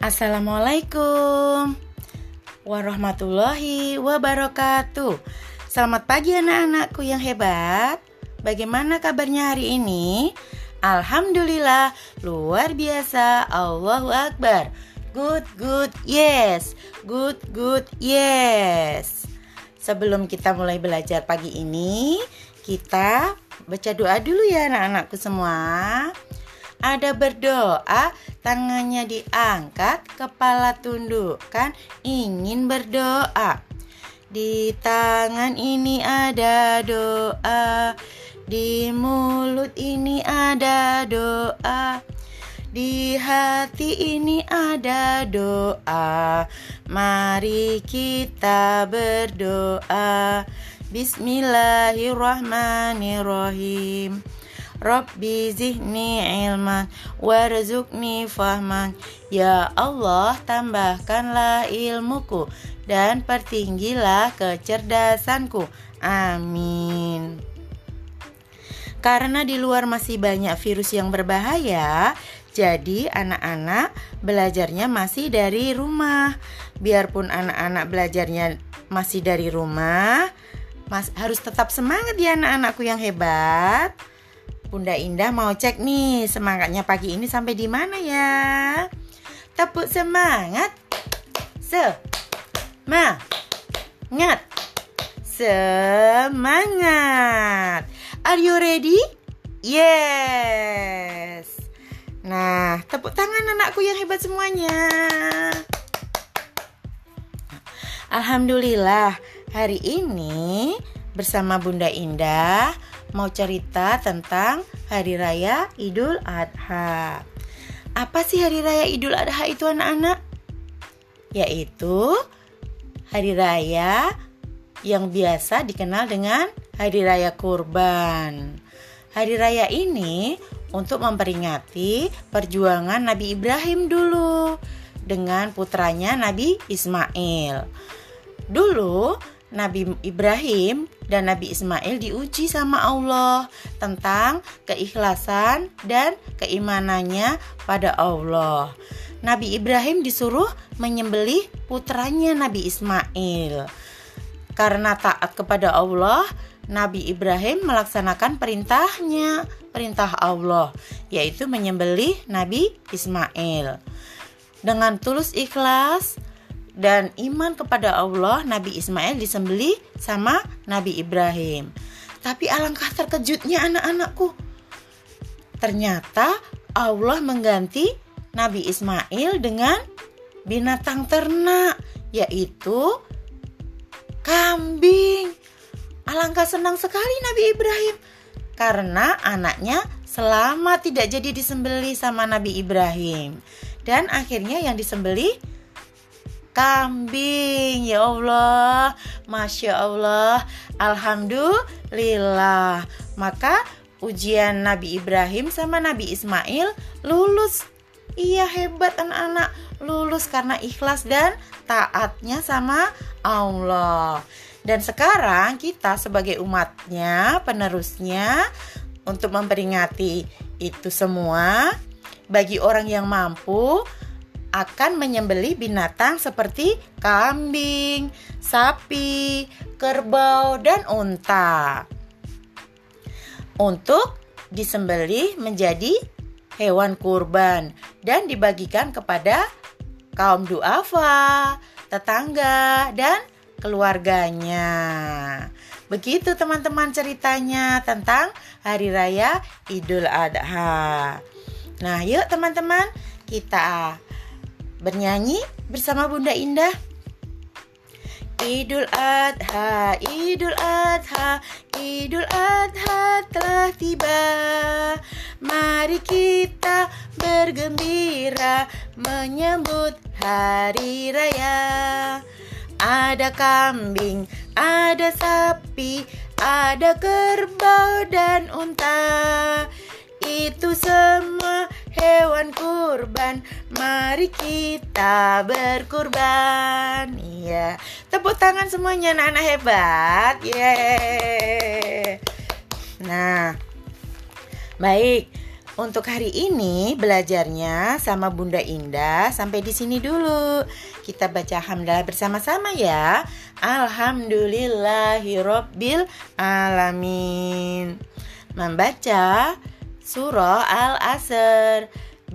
Assalamualaikum warahmatullahi wabarakatuh. Selamat pagi anak-anakku yang hebat. Bagaimana kabarnya hari ini? Alhamdulillah, luar biasa. Allahu Akbar. Good, yes. Good, yes. Sebelum kita mulai belajar pagi ini, kita baca doa dulu ya anak-anakku semua. Ada berdoa, tangannya diangkat, kepala tundukkan, ingin berdoa. Di tangan ini ada doa, di mulut ini ada doa, di hati ini ada doa. Mari kita berdoa. Bismillahirrahmanirrahim. Rabbi zidni ilman warzuqni fahman. Ya Allah, tambahkanlah ilmuku dan pertinggilah kecerdasanku. Amin. Karena di luar masih banyak virus yang berbahaya, jadi anak-anak belajarnya masih dari rumah. Biarpun anak-anak belajarnya masih dari rumah, harus tetap semangat ya anak-anakku yang hebat. Bunda Indah mau cek nih semangatnya pagi ini sampai di mana ya? Tepuk semangat. Semangat. Are you ready? Yes. Nah, tepuk tangan anakku yang hebat semuanya. Alhamdulillah, hari ini bersama Bunda Indah mau cerita tentang Hari Raya Idul Adha. Apa sih Hari Raya Idul Adha itu anak-anak? Yaitu Hari Raya yang biasa dikenal dengan Hari Raya Kurban. Hari Raya ini untuk memperingati perjuangan Nabi Ibrahim dulu dengan putranya Nabi Ismail. Dulu Nabi Ibrahim dan Nabi Ismail diuji sama Allah tentang keikhlasan dan keimanannya pada Allah. Nabi Ibrahim disuruh menyembelih putranya Nabi Ismail. Karena taat kepada Allah, Nabi Ibrahim melaksanakan perintah Allah, yaitu menyembelih Nabi Ismail. Dengan tulus ikhlas dan iman kepada Allah, Nabi Ismail disembelih sama Nabi Ibrahim. Tapi alangkah terkejutnya anak-anakku. Ternyata Allah mengganti Nabi Ismail dengan binatang ternak, yaitu kambing. Alangkah senang sekali Nabi Ibrahim karena anaknya selamat tidak jadi disembelih sama Nabi Ibrahim. Dan akhirnya yang disembelih kambing. Ya Allah, Masya Allah, Alhamdulillah. Maka ujian Nabi Ibrahim sama Nabi Ismail lulus. Iya, hebat anak-anak, lulus karena ikhlas dan taatnya sama Allah. Dan sekarang kita sebagai umatnya, penerusnya, untuk memperingati itu semua, bagi orang yang mampu akan menyembelih binatang seperti kambing, sapi, kerbau, dan unta untuk disembelih menjadi hewan kurban dan dibagikan kepada kaum duafa, tetangga, dan keluarganya. Begitu teman-teman ceritanya tentang Hari Raya Idul Adha. Nah, yuk teman-teman, kita bernyanyi bersama Bunda Indah. Idul Adha, Idul Adha, Idul Adha telah tiba. Mari kita bergembira menyambut hari raya. Ada kambing, ada sapi, ada kerbau dan unta. Itu semua hewan kurban. Mari kita berkurban. Iya, tepuk tangan semuanya anak-anak hebat. Yeay. Nah, baik. Untuk hari ini belajarnya sama Bunda Indah sampai di sini dulu. Kita baca hamdalah bersama-sama ya. Alhamdulillahirabbil alamin. Membaca surah Al-Asr.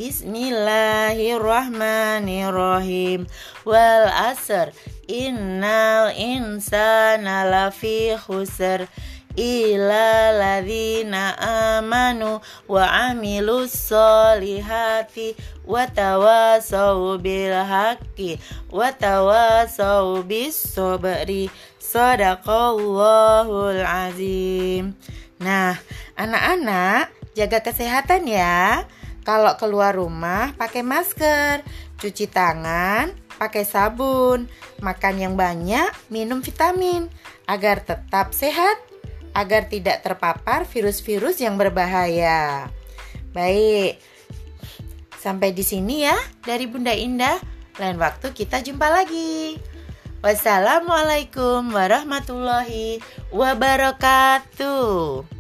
Bismillahirrahmanirrahim. Wal asr innal insana lafi khusr illa ladzina amanu wa amilus solihati wa tawasau bil haqqi wa tawasau bis sabri. Shadaqallahul azim. Nah, anak-anak jaga kesehatan ya. Kalau keluar rumah pakai masker, cuci tangan, pakai sabun, makan yang banyak, minum vitamin agar tetap sehat, agar tidak terpapar virus-virus yang berbahaya. Baik, sampai di sini ya dari Bunda Indah. Lain waktu kita jumpa lagi. Wassalamualaikum warahmatullahi wabarakatuh.